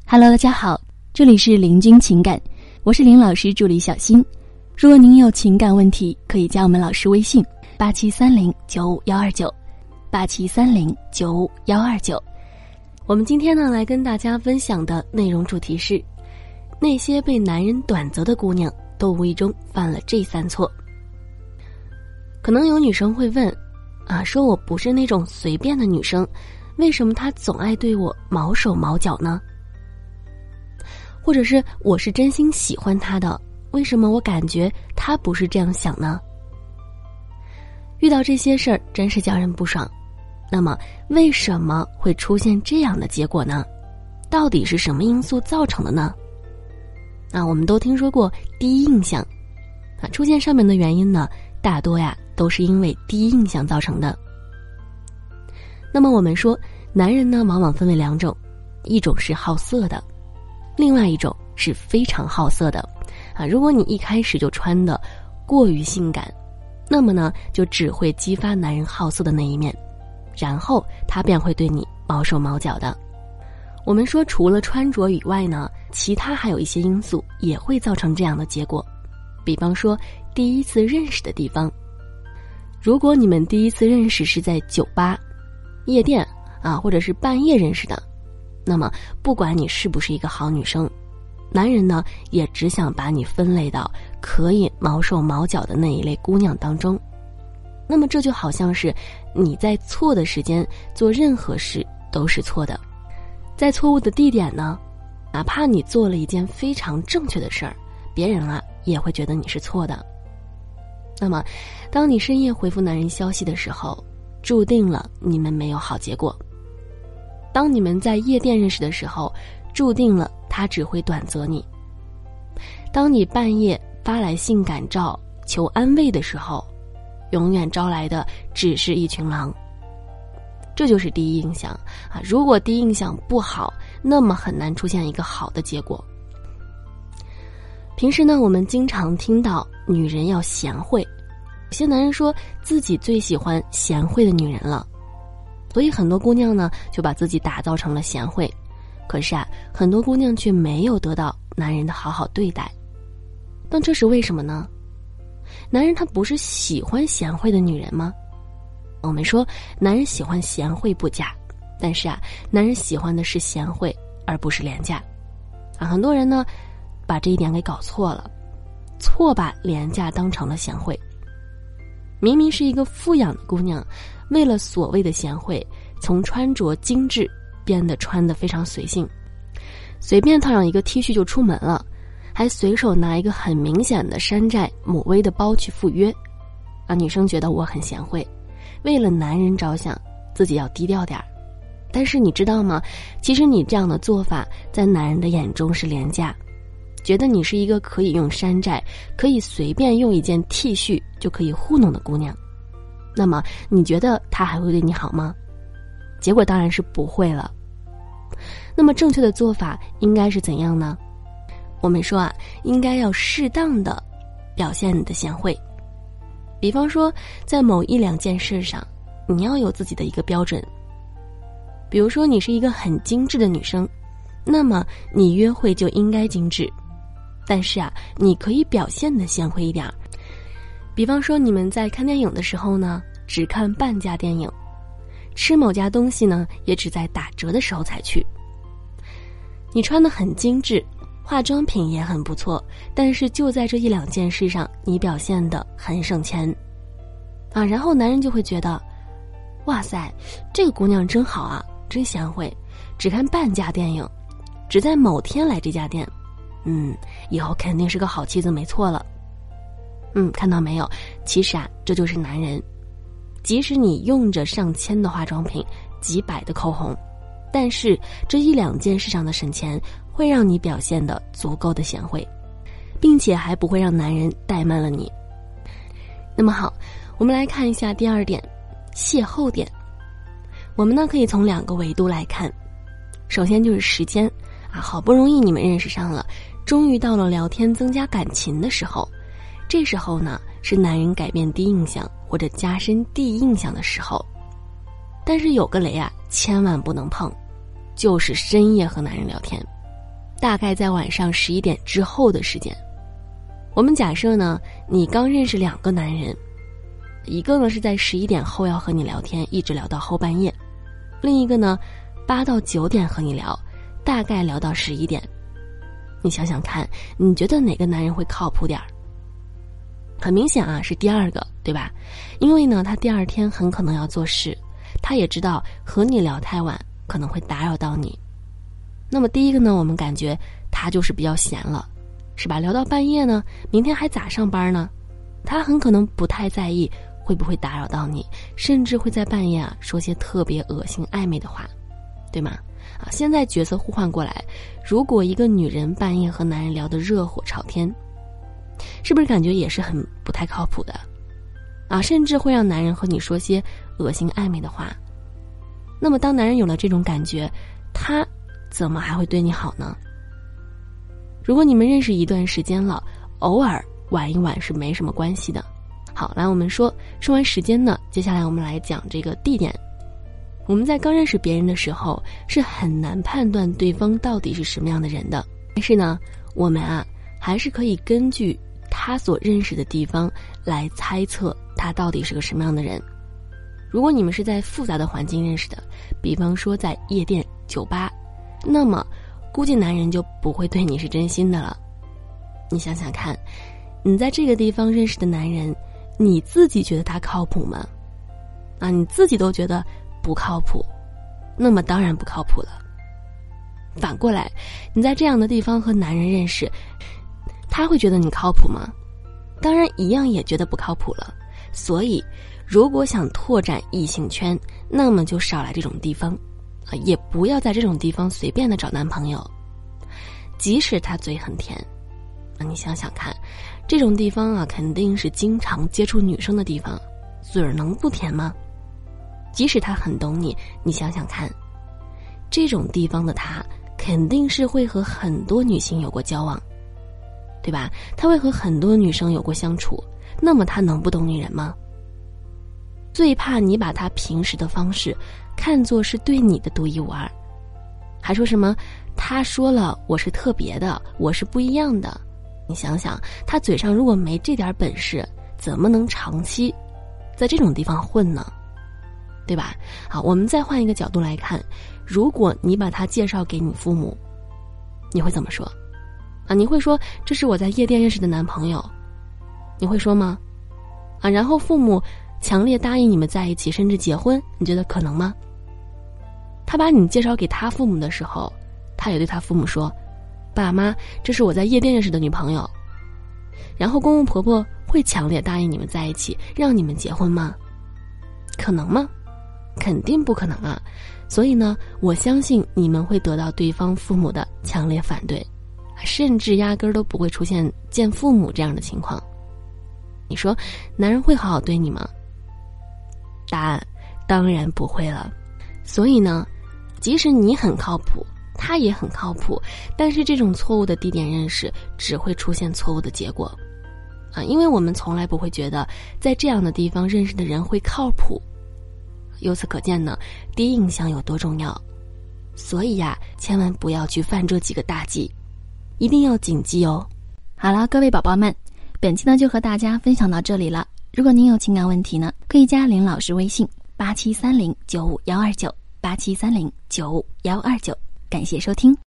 Hello， 大家好，这里是林君情感，我是林老师助理小新。如果您有情感问题，可以加我们老师微信8730-95129，8730-95129。我们今天呢，来跟大家分享的内容主题是：那些被男人短择的姑娘，都无意中犯了这3错。可能有女生会问，说我不是那种随便的女生，为什么他总爱对我毛手毛脚呢？或者是我是真心喜欢他的，为什么我感觉他不是这样想呢？遇到这些事儿真是叫人不爽。那么为什么会出现这样的结果呢？到底是什么因素造成的呢？我们都听说过第一印象，出现上面的原因呢，大多都是因为第一印象造成的。那么我们说，男人呢往往分为2种，一种是好色的，另外一种是非常好色的。如果你一开始就穿的过于性感，那么呢就只会激发男人好色的那一面，然后他便会对你毛手毛脚的。我们说除了穿着以外呢，其他还有一些因素也会造成这样的结果。比方说第一次认识的地方，如果你们第一次认识是在酒吧、夜店或者是半夜认识的，那么不管你是不是一个好女生，男人呢也只想把你分类到可以毛手毛脚的那一类姑娘当中。那么这就好像是你在错的时间做任何事都是错的，在错误的地点呢，哪怕你做了一件非常正确的事儿，别人也会觉得你是错的。那么当你深夜回复男人消息的时候，注定了你们没有好结果。当你们在夜店认识的时候，注定了他只会短择你。当你半夜发来性感照求安慰的时候，永远招来的只是一群狼。这就是第一印象如果第一印象不好，那么很难出现一个好的结果。平时呢，我们经常听到女人要贤惠，有些男人说自己最喜欢贤惠的女人了，所以很多姑娘呢就把自己打造成了贤惠。可是很多姑娘却没有得到男人的好好对待。那这是为什么呢？男人他不是喜欢贤惠的女人吗？我们说男人喜欢贤惠不假，但是男人喜欢的是贤惠而不是廉价。很多人呢把这一点给搞错了，错把廉价当成了贤惠。明明是一个富养的姑娘，为了所谓的贤惠，从穿着精致变得穿得非常随性，随便套上一个 T 恤就出门了，还随手拿一个很明显的山寨母威的包去赴约。女生觉得我很贤惠，为了男人着想，自己要低调点儿。但是你知道吗？其实你这样的做法在男人的眼中是廉价，觉得你是一个可以用山寨，可以随便用一件 T 恤就可以糊弄的姑娘。那么你觉得他还会对你好吗？结果当然是不会了。那么正确的做法应该是怎样呢？我们说应该要适当的表现你的贤惠。比方说在某1-2件事上，你要有自己的一个标准。比如说你是一个很精致的女生，那么你约会就应该精致，但是你可以表现的贤惠一点。比方说你们在看电影的时候呢，只看半价电影，吃某家东西呢也只在打折的时候才去。你穿得很精致，化妆品也很不错，但是就在这1-2件事上你表现得很省钱然后男人就会觉得，哇塞，这个姑娘真好真贤惠，只看半价电影，只在某天来这家店，以后肯定是个好妻子没错了。看到没有，其实这就是男人。即使你用着上千的化妆品，几百的口红，但是这1-2件事上的省钱会让你表现得足够的贤惠，并且还不会让男人怠慢了你。那么好，我们来看一下第2点，邂逅点。我们呢可以从2个维度来看。首先就是时间好不容易你们认识上了，终于到了聊天增加感情的时候，这时候呢是男人改变第一印象或者加深第一印象的时候。但是有个雷千万不能碰，就是深夜和男人聊天。 大概在晚上11点之后的时间。我们假设呢，你刚认识2个男人，一个呢是在11点后要和你聊天，一直聊到后半夜，另一个呢8到9点和你聊，大概聊到11点。你想想看，你觉得哪个男人会靠谱点儿？很明显啊，是第2个，对吧？因为呢，他第2天很可能要做事，他也知道和你聊太晚可能会打扰到你。那么第一个呢，我们感觉他就是比较闲了，是吧？聊到半夜呢，明天还咋上班呢？他很可能不太在意会不会打扰到你，甚至会在半夜说些特别恶心暧昧的话，对吗？现在角色互换过来，如果一个女人半夜和男人聊得热火朝天，是不是感觉也是很不太靠谱的甚至会让男人和你说些恶心暧昧的话。那么当男人有了这种感觉，他怎么还会对你好呢？如果你们认识一段时间了，偶尔玩一玩是没什么关系的。好，来我们说完时间呢，接下来我们来讲这个地点。我们在刚认识别人的时候是很难判断对方到底是什么样的人的，但是呢，我们还是可以根据他所认识的地方来猜测他到底是个什么样的人。如果你们是在复杂的环境认识的，比方说在夜店、酒吧，那么估计男人就不会对你是真心的了。你想想看，你在这个地方认识的男人，你自己觉得他靠谱吗？你自己都觉得不靠谱，那么当然不靠谱了。反过来，你在这样的地方和男人认识，他会觉得你靠谱吗？当然一样也觉得不靠谱了。所以如果想拓展异性圈，那么就少来这种地方，也不要在这种地方随便的找男朋友。即使他嘴很甜，你想想看，这种地方肯定是经常接触女生的地方，嘴儿能不甜吗？即使他很懂你，你想想看，这种地方的他肯定是会和很多女性有过交往，对吧？他会和很多女生有过相处，那么他能不懂女人吗？最怕你把他平时的方式看作是对你的独一无二，还说什么他说了我是特别的，我是不一样的。你想想，他嘴上如果没这点本事，怎么能长期在这种地方混呢？对吧？好，我们再换一个角度来看，如果你把他介绍给你父母，你会怎么说？你会说这是我在夜店认识的男朋友，你会说吗？然后父母强烈答应你们在一起，甚至结婚，你觉得可能吗？他把你介绍给他父母的时候，他也对他父母说，爸妈，这是我在夜店认识的女朋友。然后公公婆婆会强烈答应你们在一起，让你们结婚吗？可能吗？肯定不可能啊。所以呢，我相信你们会得到对方父母的强烈反对，甚至压根儿都不会出现见父母这样的情况。你说男人会好好对你吗？答案当然不会了。所以呢，即使你很靠谱，他也很靠谱，但是这种错误的地点认识只会出现错误的结果因为我们从来不会觉得在这样的地方认识的人会靠谱。由此可见呢，第一印象有多重要。所以千万不要去犯这几个大忌，一定要谨记哦。 好了，各位宝宝们，本期呢就和大家分享到这里了。如果您有情感问题呢，可以加林老师微信8730951129，8730951129。感谢收听。